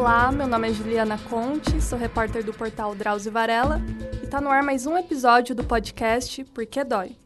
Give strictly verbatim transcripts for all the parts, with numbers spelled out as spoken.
Olá, meu nome é Juliana Conte, sou repórter do portal Drauzio Varela e tá no ar mais um episódio do podcast Porque Dói.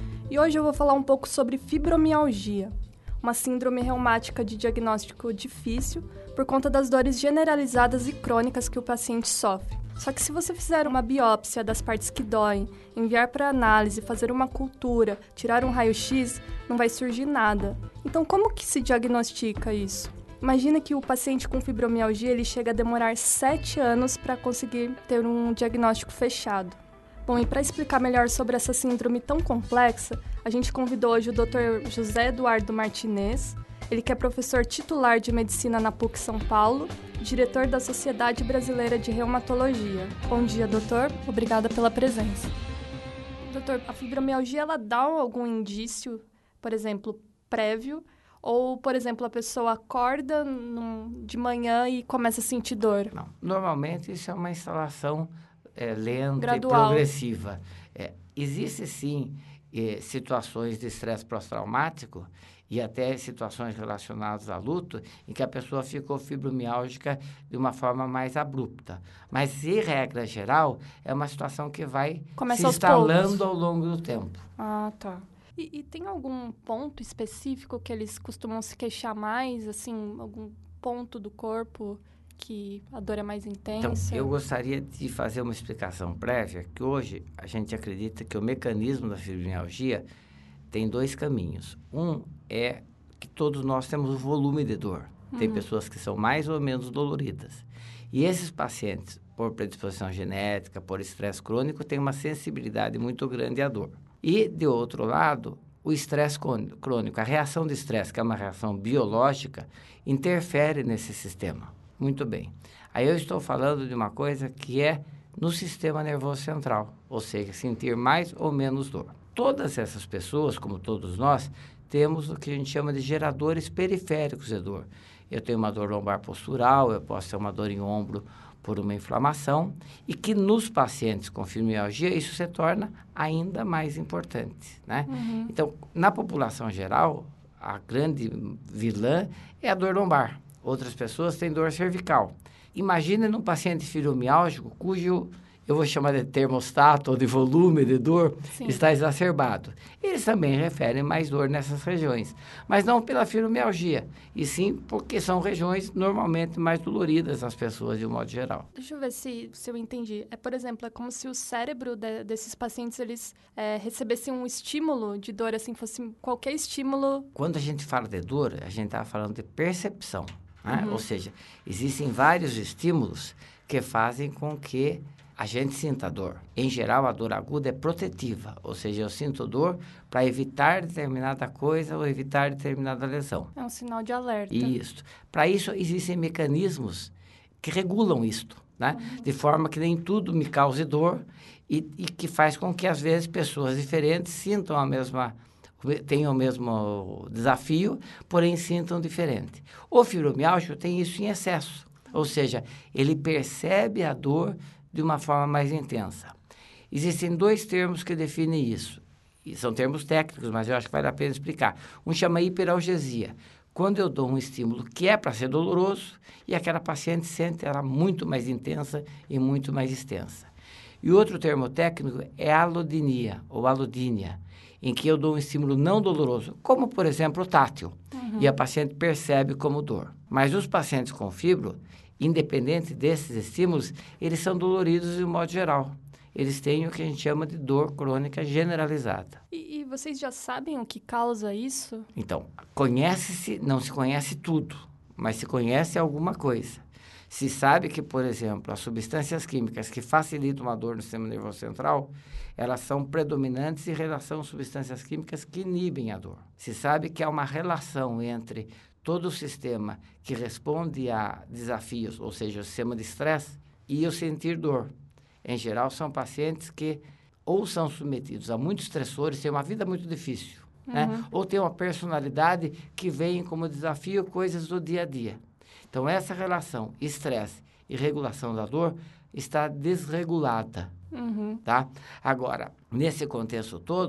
E hoje eu vou falar um pouco sobre fibromialgia, uma síndrome reumática de diagnóstico difícil por conta das dores generalizadas e crônicas que o paciente sofre. Só que se você fizer uma biópsia das partes que doem, enviar para análise, fazer uma cultura, tirar um raio-x, não vai surgir nada. Então como que se diagnostica isso? Imagina que o paciente com fibromialgia ele chega a demorar sete anos para conseguir ter um diagnóstico fechado. Bom, e para explicar melhor sobre essa síndrome tão complexa, a gente convidou hoje o doutor José Eduardo Martinez, ele que é professor titular de medicina na P U C São Paulo, diretor da Sociedade Brasileira de Reumatologia. Bom dia, doutor. Obrigada pela presença. Doutor, a fibromialgia ela dá algum indício, por exemplo, prévio? Ou, por exemplo, a pessoa acorda num, de manhã e começa a sentir dor? Não. Normalmente, isso é uma instalação é, lenta Gradual. e progressiva. É, existe, sim, é, situações de estresse pós-traumático e até situações relacionadas a luto em que a pessoa ficou fibromiálgica de uma forma mais abrupta. Mas, em regra geral, é uma situação que vai Começa se aos instalando poucos. ao longo do tempo. Ah, tá. E, e tem algum ponto específico que eles costumam se queixar mais, assim, algum ponto do corpo que a dor é mais intensa? Então, eu gostaria de fazer uma explicação prévia, que hoje a gente acredita que o mecanismo da fibromialgia tem dois caminhos. Um é que todos nós temos o volume de dor. Tem uhum. pessoas que são mais ou menos doloridas. E esses pacientes, por predisposição genética, por estresse crônico, têm uma sensibilidade muito grande à dor. E, de outro lado, o estresse crônico, a reação de estresse, que é uma reação biológica, interfere nesse sistema. Muito bem. Aí eu estou falando de uma coisa que é no sistema nervoso central, ou seja, sentir mais ou menos dor. Todas essas pessoas, como todos nós, temos o que a gente chama de geradores periféricos de dor. Eu tenho uma dor lombar postural, eu posso ter uma dor em ombro por uma inflamação, e que nos pacientes com fibromialgia isso se torna ainda mais importante, né? Uhum. Então, na população geral, a grande vilã é a dor lombar. Outras pessoas têm dor cervical. Imagine num paciente fibromiálgico cujo, eu vou chamar de termostato ou de volume de dor, sim, está exacerbado. Eles também referem mais dor nessas regiões, mas não pela fibromialgia, e sim porque são regiões normalmente mais doloridas nas pessoas de um modo geral. Deixa eu ver se, se eu entendi. É, por exemplo, é como se o cérebro de, desses pacientes eles é, recebessem um estímulo de dor, assim, fosse qualquer estímulo. Quando a gente fala de dor, a gente está falando de percepção, né? Uhum. Ou seja, existem vários estímulos que fazem com que a gente sinta dor. Em geral, a dor aguda é protetiva, ou seja, eu sinto dor para evitar determinada coisa ou evitar determinada lesão. É um sinal de alerta. Isso. Para isso, existem mecanismos que regulam isto, né? Uhum. De forma que nem tudo me cause dor e, e que faz com que, às vezes, pessoas diferentes sintam a mesma, tenham o mesmo desafio, porém sintam diferente. O fibromialgia tem isso em excesso, ou seja, ele percebe a dor de uma forma mais intensa. Existem dois termos que definem isso. E são termos técnicos, mas eu acho que vale a pena explicar. Um chama hiperalgesia. Quando eu dou um estímulo que é para ser doloroso e aquela paciente sente ela muito mais intensa e muito mais extensa. E outro termo técnico é alodinia ou alodínia, em que eu dou um estímulo não doloroso, como, por exemplo, o tátil, uhum. e a paciente percebe como dor. Mas os pacientes com fibro, independente desses estímulos, eles são doloridos de um modo geral. Eles têm o que a gente chama de dor crônica generalizada. E, e vocês já sabem o que causa isso? Então, conhece-se, não se conhece tudo, mas se conhece alguma coisa. Se sabe que, por exemplo, as substâncias químicas que facilitam a dor no sistema nervoso central, elas são predominantes em relação às substâncias químicas que inibem a dor. Se sabe que há uma relação entre todo o sistema que responde a desafios, ou seja, o sistema de estresse, e o sentir dor. Em geral, são pacientes que ou são submetidos a muitos estressores, têm uma vida muito difícil, uhum. né? Ou têm uma personalidade que vem como desafio coisas do dia a dia. Então, essa relação estresse e regulação da dor está desregulada. Uhum. Tá? Agora, nesse contexto todo,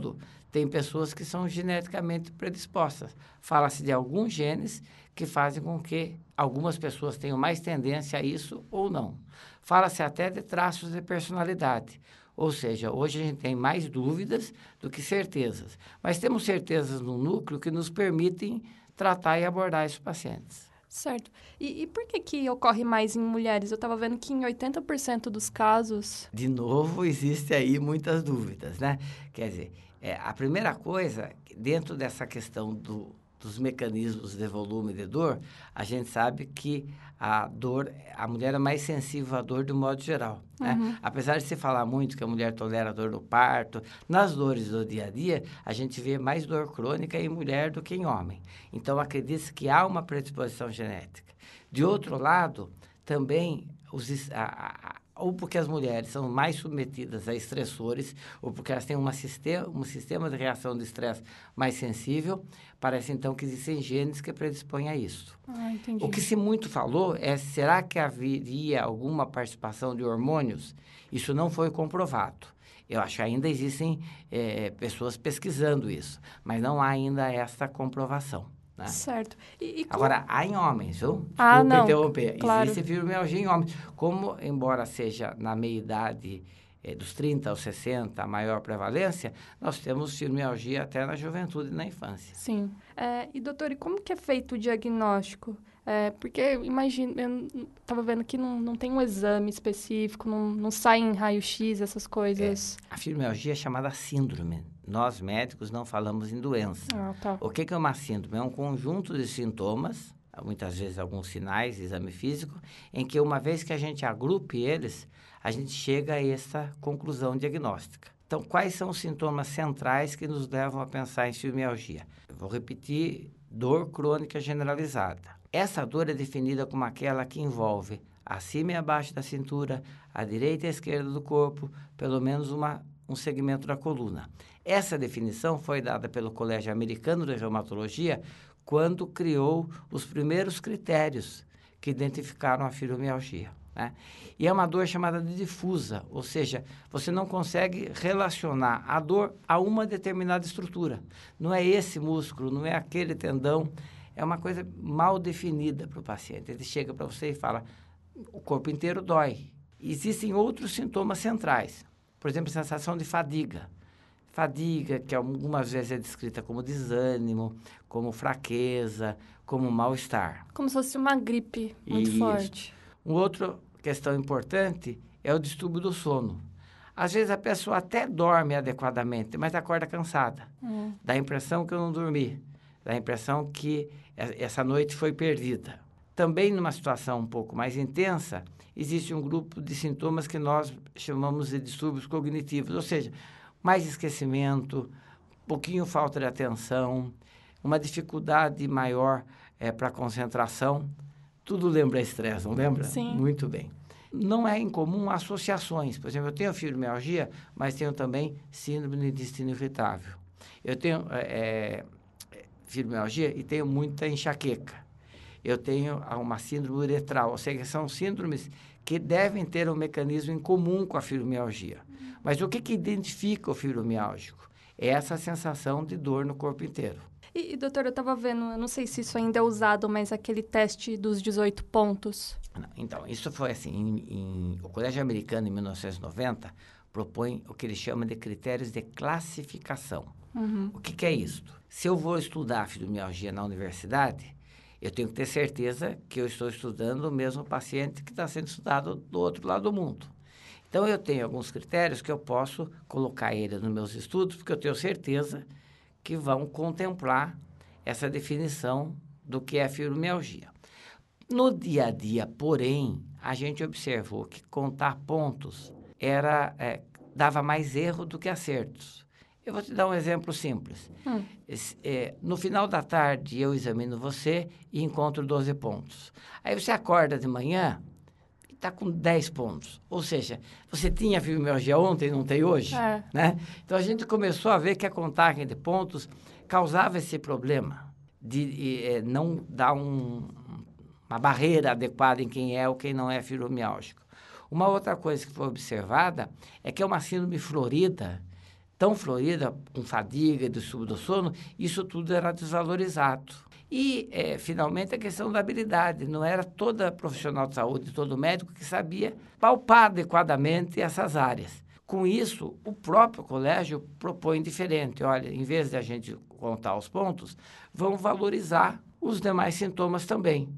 tem pessoas que são geneticamente predispostas. Fala-se de alguns genes que fazem com que algumas pessoas tenham mais tendência a isso ou não. Fala-se até de traços de personalidade. Ou seja, hoje a gente tem mais dúvidas do que certezas. Mas temos certezas no núcleo que nos permitem tratar e abordar esses pacientes. Certo. E, e por que que ocorre mais em mulheres? Eu estava vendo que em oitenta por cento dos casos... De novo, existe aí muitas dúvidas, né? Quer dizer, é, a primeira coisa, dentro dessa questão do, dos mecanismos de volume de dor, a gente sabe que a dor, a mulher é mais sensível à dor de um modo geral, né? Uhum. Apesar de se falar muito que a mulher tolera a dor do parto, nas dores do dia a dia, a gente vê mais dor crônica em mulher do que em homem. Então, acredita-se que há uma predisposição genética. De outro lado, também, os, a, a, ou porque as mulheres são mais submetidas a estressores, ou porque elas têm uma sistema, um sistema de reação de estresse mais sensível, parece então que existem genes que predispõem a isso. Ah, entendi. O que se muito falou é, será que haveria alguma participação de hormônios? Isso não foi comprovado. Eu acho que ainda existem é, pessoas pesquisando isso, mas não há ainda essa comprovação, né? Certo. E, e como... Agora, há em homens, viu? Desculpa Ah, não, interromper. claro. Existe fibromialgia em homens. Como, embora seja na meia-idade, eh, dos trinta aos sessenta, a maior prevalência, nós temos fibromialgia até na juventude e na infância. Sim. É, e, doutor, e como que é feito o diagnóstico? É, porque, imagino, eu estava vendo que não, não tem um exame específico, não, não sai em raio-x, essas coisas. É, a fibromialgia é chamada síndrome. Nós, médicos, não falamos em doença. Ah, tá. O que que é uma síndrome? É um conjunto de sintomas, muitas vezes alguns sinais, exame físico, em que uma vez que a gente agrupe eles, a gente chega a essa conclusão diagnóstica. Então, quais são os sintomas centrais que nos levam a pensar em fibromialgia? Eu vou repetir, dor crônica generalizada. Essa dor é definida como aquela que envolve acima e abaixo da cintura, à direita e à esquerda do corpo, pelo menos uma, um segmento da coluna. Essa definição foi dada pelo Colégio Americano de Reumatologia quando criou os primeiros critérios que identificaram a fibromialgia, né? E é uma dor chamada de difusa, ou seja, você não consegue relacionar a dor a uma determinada estrutura. Não é esse músculo, não é aquele tendão, é uma coisa mal definida para o paciente. Ele chega para você e fala, o corpo inteiro dói. Existem outros sintomas centrais, por exemplo, a sensação de fadiga. Fadiga, que algumas vezes é descrita como desânimo, como fraqueza, como mal-estar. Como se fosse uma gripe muito Isso. forte. Uma outra questão importante é o distúrbio do sono. Às vezes a pessoa até dorme adequadamente, mas acorda cansada. Hum. Dá a impressão que eu não dormi. Dá a impressão que essa noite foi perdida. Também numa situação um pouco mais intensa, existe um grupo de sintomas que nós chamamos de distúrbios cognitivos, ou seja, mais esquecimento, um pouquinho falta de atenção, uma dificuldade maior é, para concentração. Tudo lembra estresse, não lembra? Sim. Muito bem. Não é incomum associações. Por exemplo, eu tenho fibromialgia, mas tenho também síndrome do intestino irritável. Eu tenho é, fibromialgia e tenho muita enxaqueca. Eu tenho uma síndrome uretral, ou seja, são síndromes que devem ter um mecanismo em comum com a fibromialgia. Mas o que, que identifica o fibromialgico? É essa sensação de dor no corpo inteiro. E, doutor, eu estava vendo, eu não sei se isso ainda é usado, mas aquele teste dos dezoito pontos. Não, então, isso foi assim, em, em, o Colégio Americano, em mil novecentos e noventa, propõe o que ele chama de critérios de classificação. Uhum. O que, que é isso? Se eu vou estudar a fibromialgia na universidade, eu tenho que ter certeza que eu estou estudando o mesmo paciente que está sendo estudado do outro lado do mundo. Então, eu tenho alguns critérios que eu posso colocar ele nos meus estudos, porque eu tenho certeza que vão contemplar essa definição do que é fibromialgia. No dia a dia, porém, a gente observou que contar pontos era, é, dava mais erro do que acertos. Eu vou te dar um exemplo simples. Hum. Esse, é, no final da tarde, eu examino você e encontro doze pontos. Aí você acorda de manhã e está com dez pontos. Ou seja, você tinha fibromialgia ontem e não tem hoje. É. Né? Então, a gente começou a ver que a contagem de pontos causava esse problema de, de é, não dar um, uma barreira adequada em quem é ou quem não é fibromialgico. Uma outra coisa que foi observada é que é uma síndrome florida, tão florida, com fadiga e distúrbio do sono, isso tudo era desvalorizado. E, é, finalmente, a questão da habilidade. Não era toda profissional de saúde, todo médico que sabia palpar adequadamente essas áreas. Com isso, o próprio colégio propõe diferente. Olha, em vez de a gente contar os pontos, vamos valorizar os demais sintomas também.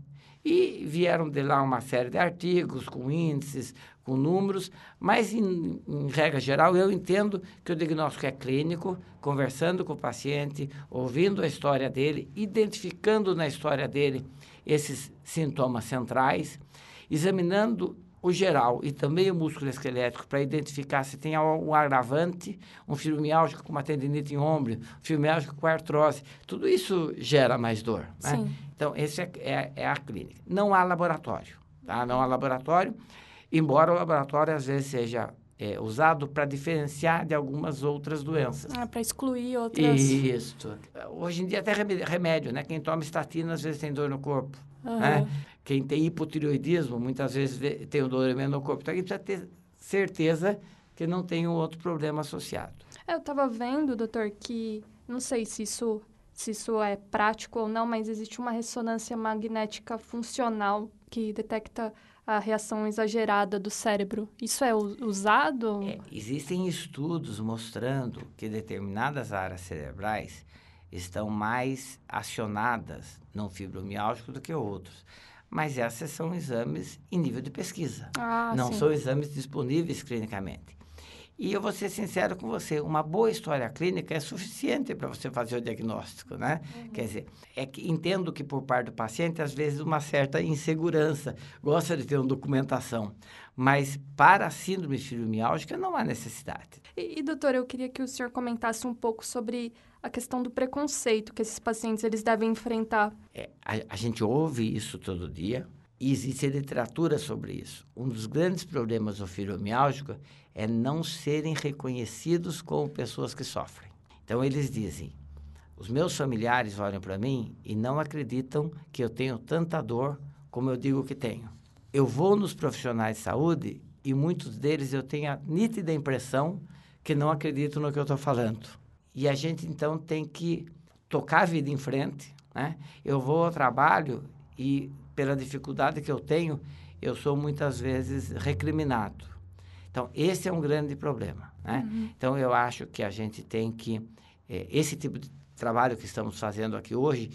E vieram de lá uma série de artigos com índices, com números, mas, em, em regra geral, eu entendo que o diagnóstico é clínico, conversando com o paciente, ouvindo a história dele, identificando na história dele esses sintomas centrais, examinando o geral e também o músculo esquelético para identificar se tem um agravante, um fibromialgia com uma tendinite em ombro, um fibromialgia com artrose. Tudo isso gera mais dor, né? Sim. Então, esse é, é, é a clínica. Não há laboratório, tá? Não há laboratório, embora o laboratório às vezes seja é, usado para diferenciar de algumas outras doenças. Ah, para excluir outras... Isso. Hoje em dia até remédio, né? Quem toma estatina às vezes tem dor no corpo, Uhum. né? Quem tem hipotireoidismo muitas vezes tem o dor no corpo. Então, a gente precisa ter certeza que não tem um outro problema associado. Eu estava vendo, doutor, que não sei se isso, se isso é prático ou não, mas existe uma ressonância magnética funcional que detecta a reação exagerada do cérebro. Isso é usado? É, existem estudos mostrando que determinadas áreas cerebrais estão mais acionadas no fibromialgico do que outros. Mas essas são exames em nível de pesquisa. Ah, não sim. são exames disponíveis clinicamente. E eu vou ser sincero com você, uma boa história clínica é suficiente para você fazer o diagnóstico, né? Uhum. Quer dizer, é que entendo que por parte do paciente, às vezes, uma certa insegurança, gosta de ter uma documentação, mas para a síndrome fibromialgica não há necessidade. E, e, doutor, eu queria que o senhor comentasse um pouco sobre a questão do preconceito que esses pacientes eles devem enfrentar. É, a, a gente ouve isso todo dia e existe literatura sobre isso. Um dos grandes problemas do fibromialgico é não serem reconhecidos como pessoas que sofrem. Então, eles dizem, os meus familiares olham para mim e não acreditam que eu tenho tanta dor como eu digo que tenho. Eu vou nos profissionais de saúde e muitos deles eu tenho a nítida impressão que não acreditam no que eu estou falando. E a gente, então, tem que tocar a vida em frente, né? Eu vou ao trabalho e, pela dificuldade que eu tenho, eu sou muitas vezes recriminado. Então, esse é um grande problema, né? Uhum. Então, eu acho que a gente tem que... É, esse tipo de trabalho que estamos fazendo aqui hoje,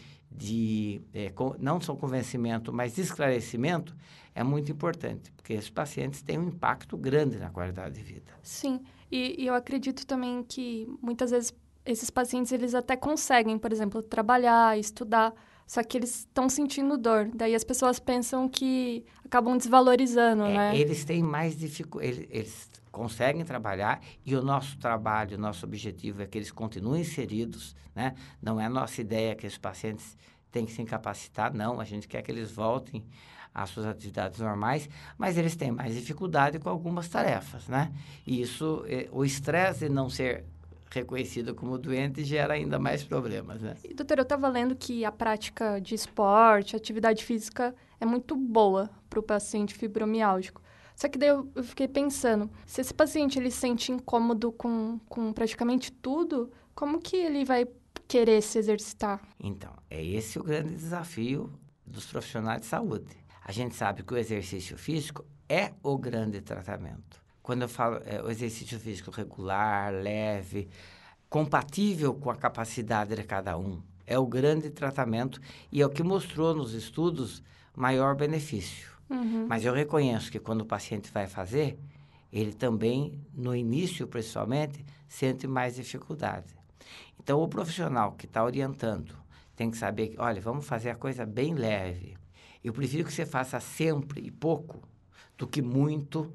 de é, com, não só convencimento, mas de esclarecimento, é muito importante, porque esses pacientes têm um impacto grande na qualidade de vida. Sim, e, e eu acredito também que, muitas vezes, esses pacientes, eles até conseguem, por exemplo, trabalhar, estudar, só que eles estão sentindo dor. Daí as pessoas pensam que acabam desvalorizando, é, né? Eles têm mais dificuldade, eles, eles conseguem trabalhar e o nosso trabalho, o nosso objetivo é que eles continuem inseridos, né? Não é a nossa ideia que esses pacientes têm que se incapacitar, não. A gente quer que eles voltem às suas atividades normais, mas eles têm mais dificuldade com algumas tarefas, né? E isso, é, o estresse de não ser reconhecido como doente gera ainda mais problemas, né? E, doutor, eu estava lendo que a prática de esporte, atividade física é muito boa para o paciente fibromiálgico. Só que daí eu, eu fiquei pensando, se esse paciente ele se sente incômodo com, com praticamente tudo, como que ele vai querer se exercitar? Então, é esse o grande desafio dos profissionais de saúde. A gente sabe que o exercício físico é o grande tratamento. Quando eu falo é, o exercício físico regular, leve, compatível com a capacidade de cada um, é o grande tratamento e é o que mostrou nos estudos maior benefício. Uhum. Mas eu reconheço que quando o paciente vai fazer, ele também, no início principalmente, sente mais dificuldade. Então, o profissional que está orientando tem que saber que, olha, vamos fazer a coisa bem leve. Eu prefiro que você faça sempre e pouco do que muito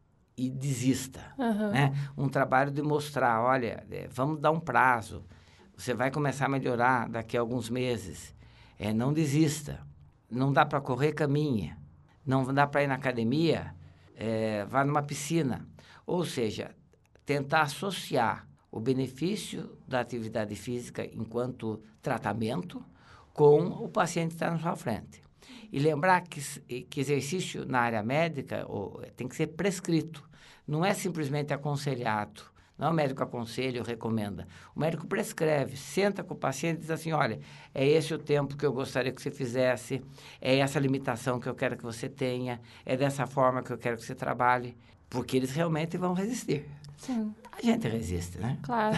e desista, uhum. né? Um trabalho de mostrar, olha, é, vamos dar um prazo, você vai começar a melhorar daqui a alguns meses, é, não desista, não dá para correr, caminha, não dá para ir na academia, é, vá numa piscina, ou seja, tentar associar o benefício da atividade física enquanto tratamento com o paciente que está na sua frente. E lembrar que, que exercício na área médica ou, tem que ser prescrito. Não é simplesmente aconselhado, Não é o médico aconselha ou recomenda. O médico prescreve, senta com o paciente e diz assim, olha, é esse o tempo que eu gostaria que você fizesse, é essa limitação que eu quero que você tenha, é dessa forma que eu quero que você trabalhe, porque eles realmente vão resistir. Sim. A gente resiste, né? Claro.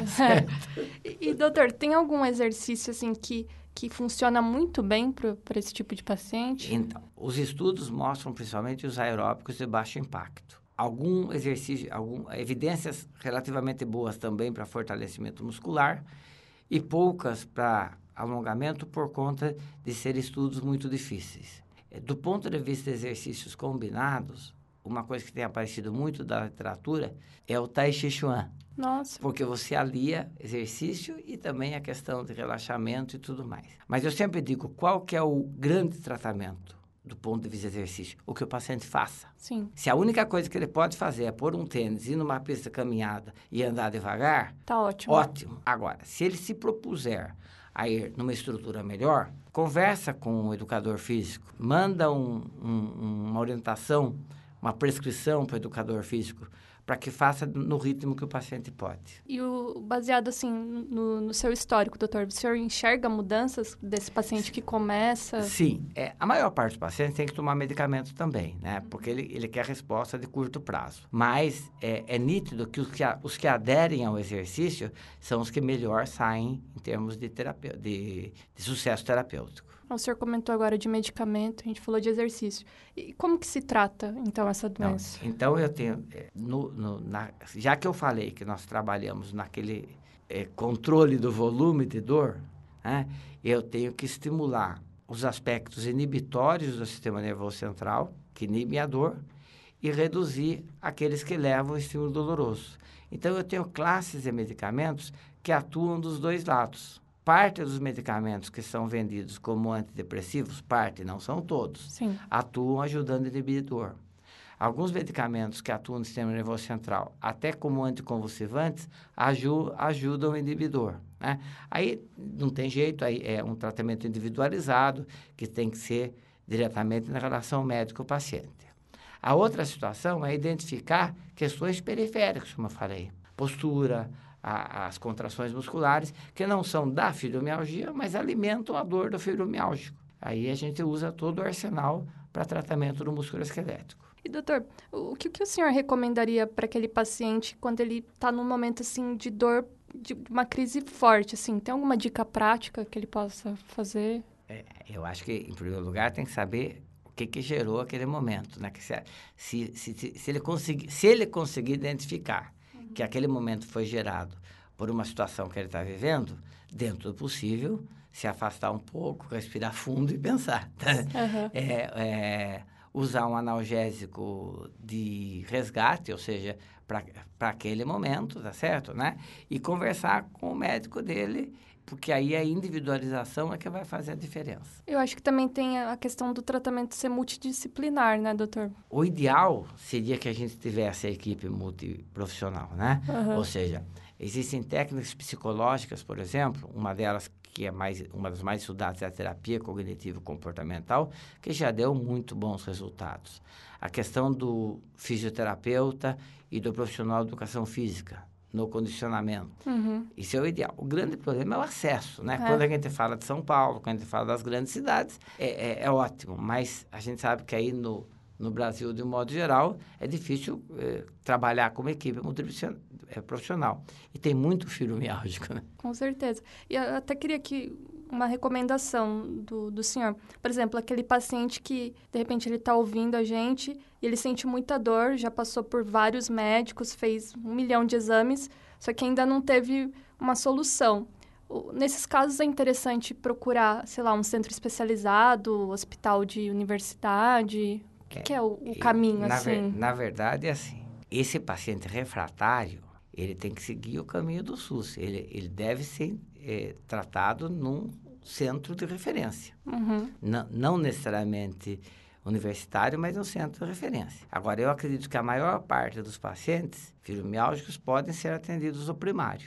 É. E, e, doutor, tem algum exercício, assim, que, que funciona muito bem para esse tipo de paciente? Então, os estudos mostram principalmente os aeróbicos de baixo impacto. Algum exercício, algum, evidências relativamente boas também para fortalecimento muscular e poucas para alongamento por conta de ser estudos muito difíceis. Do ponto de vista de exercícios combinados, uma coisa que tem aparecido muito da literatura é o Tai Chi Chuan. Nossa. Porque você alia exercício e também a questão de relaxamento e tudo mais. Mas eu sempre digo, qual que é o grande tratamento do ponto de vista de exercício? O que o paciente faça. Sim. Se a única coisa que ele pode fazer é pôr um tênis, ir numa pista de caminhada e andar devagar, tá ótimo. Ótimo. Agora, se ele se propuser a ir numa estrutura melhor, conversa com o educador físico, manda um, um, uma orientação, uma prescrição para o educador físico, para que faça no ritmo que o paciente pode. E o, baseado, assim, no, no seu histórico, doutor, o senhor enxerga mudanças desse paciente que começa? Sim. É, a maior parte dos pacientes tem que tomar medicamento também, né? Porque ele, ele quer resposta de curto prazo. Mas é, é nítido que os, que a, os que aderem ao exercício são os que melhor saem em termos de, terapia, de, de sucesso terapêutico. O senhor comentou agora de medicamento, a gente falou de exercício. E como que se trata, então, essa doença? Não, então, eu tenho... No, no, na, já que eu falei que nós trabalhamos naquele é, controle do volume de dor, né, eu tenho que estimular os aspectos inibitórios do sistema nervoso central, que inibem a dor, e reduzir aqueles que levam ao estímulo doloroso. Então, eu tenho classes de medicamentos que atuam dos dois lados. Parte dos medicamentos que são vendidos como antidepressivos, parte, não são todos, Sim. atuam ajudando a inibir dor. Alguns medicamentos que atuam no sistema nervoso central, até como anticonvulsivantes, aju ajudam o inibidor, né? Aí não tem jeito, aí é um tratamento individualizado que tem que ser diretamente na relação médico-paciente. A outra situação é identificar questões periféricas, como eu falei, postura, A, as contrações musculares, que não são da fibromialgia, mas alimentam a dor do fibromialgico. Aí a gente usa todo o arsenal para tratamento do músculo esquelético. E, doutor, o que, o que o senhor recomendaria para aquele paciente quando ele está num momento, assim, de dor, de uma crise forte, assim? Tem alguma dica prática que ele possa fazer? É, eu acho que, em primeiro lugar, tem que saber o que, que gerou aquele momento, né? Que se, se, se, se, ele conseguir, se ele conseguir identificar que aquele momento foi gerado por uma situação que ele está vivendo, dentro do possível, se afastar um pouco, respirar fundo e pensar. Tá? Uhum. É, é, usar um analgésico de resgate, ou seja, para aquele momento, tá certo, né? E conversar com o médico dele, porque aí a individualização é que vai fazer a diferença. Eu acho que também tem a questão do tratamento ser multidisciplinar, né, doutor? O ideal seria que a gente tivesse a equipe multiprofissional, né? Uhum. Ou seja, existem técnicas psicológicas, por exemplo, uma delas que é mais, uma das mais estudadas é a terapia cognitivo-comportamental, que já deu muito bons resultados. A questão do fisioterapeuta e do profissional de educação física, no condicionamento. Uhum. Isso é o ideal. O grande problema é o acesso, né? É. Quando a gente fala de São Paulo, quando a gente fala das grandes cidades, é, é, é ótimo, mas a gente sabe que aí no, no Brasil, de um modo geral, é difícil é, trabalhar com uma equipe multiprofissional. E tem muito fibromialgico, né? Com certeza. E eu até queria que uma recomendação do, do senhor. Por exemplo, aquele paciente que, de repente, ele está ouvindo a gente e ele sente muita dor, já passou por vários médicos, fez um milhão de exames, só que ainda não teve uma solução. O, nesses casos, é interessante procurar, sei lá, um centro especializado, hospital de universidade. O que é, que é o, o caminho, na assim? Ver, na verdade, é assim. Esse paciente refratário, ele tem que seguir o caminho do SUS. Ele, ele deve ser é, tratado num centro de referência. Uhum. Não, não necessariamente universitário, mas um centro de referência. Agora, eu acredito que a maior parte dos pacientes fibromialgicos podem ser atendidos no primário.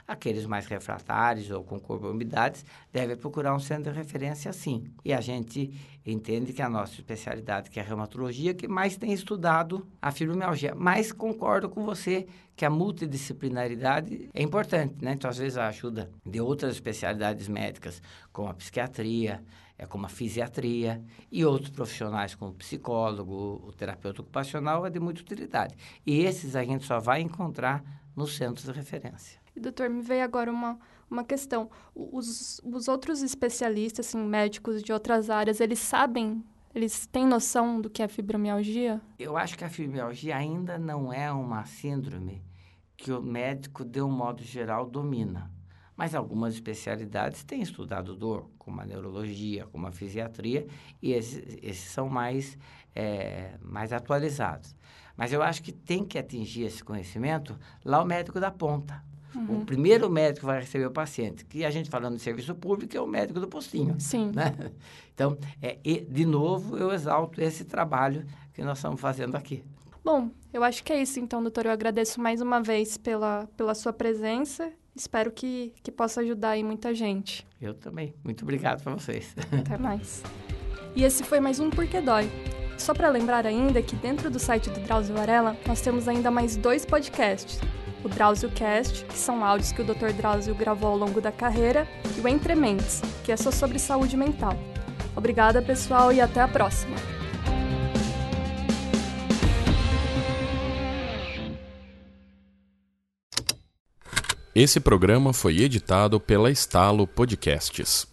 Aqueles mais refratários ou com comorbidades devem procurar um centro de referência, sim. E a gente entende que a nossa especialidade, que é a reumatologia, que mais tem estudado a fibromialgia. Mas concordo com você que a multidisciplinaridade é importante, né? Então, às vezes, a ajuda de outras especialidades médicas, como a psiquiatria, é como a fisiatria e outros profissionais como o psicólogo, o terapeuta ocupacional, é de muita utilidade. E esses a gente só vai encontrar nos centros de referência. E, doutor, me veio agora uma, uma questão. Os, os outros especialistas, assim, médicos de outras áreas, eles sabem, eles têm noção do que é fibromialgia? Eu acho que a fibromialgia ainda não é uma síndrome que o médico, de um modo geral, domina. Mas algumas especialidades têm estudado dor, como a neurologia, como a fisiatria, e esses, esses são mais, é, mais atualizados. Mas eu acho que tem que atingir esse conhecimento lá o médico da ponta. Uhum. O primeiro médico que vai receber o paciente, que a gente falando de serviço público, é o médico do postinho. Sim. Né? Então, é, e, de novo, eu exalto esse trabalho que nós estamos fazendo aqui. Bom, eu acho que é isso, então, doutor. Eu agradeço mais uma vez pela, pela sua presença. Espero que, que possa ajudar aí muita gente. Eu também. Muito obrigado para vocês. Até mais. E esse foi mais um Porque Dói. Só para lembrar ainda que dentro do site do Drauzio Varella, nós temos ainda mais dois podcasts. O DrauzioCast, que são áudios que o doutor Drauzio gravou ao longo da carreira, e o Entre Mentes, que é só sobre saúde mental. Obrigada, pessoal, e até a próxima. Esse programa foi editado pela Estalo Podcasts.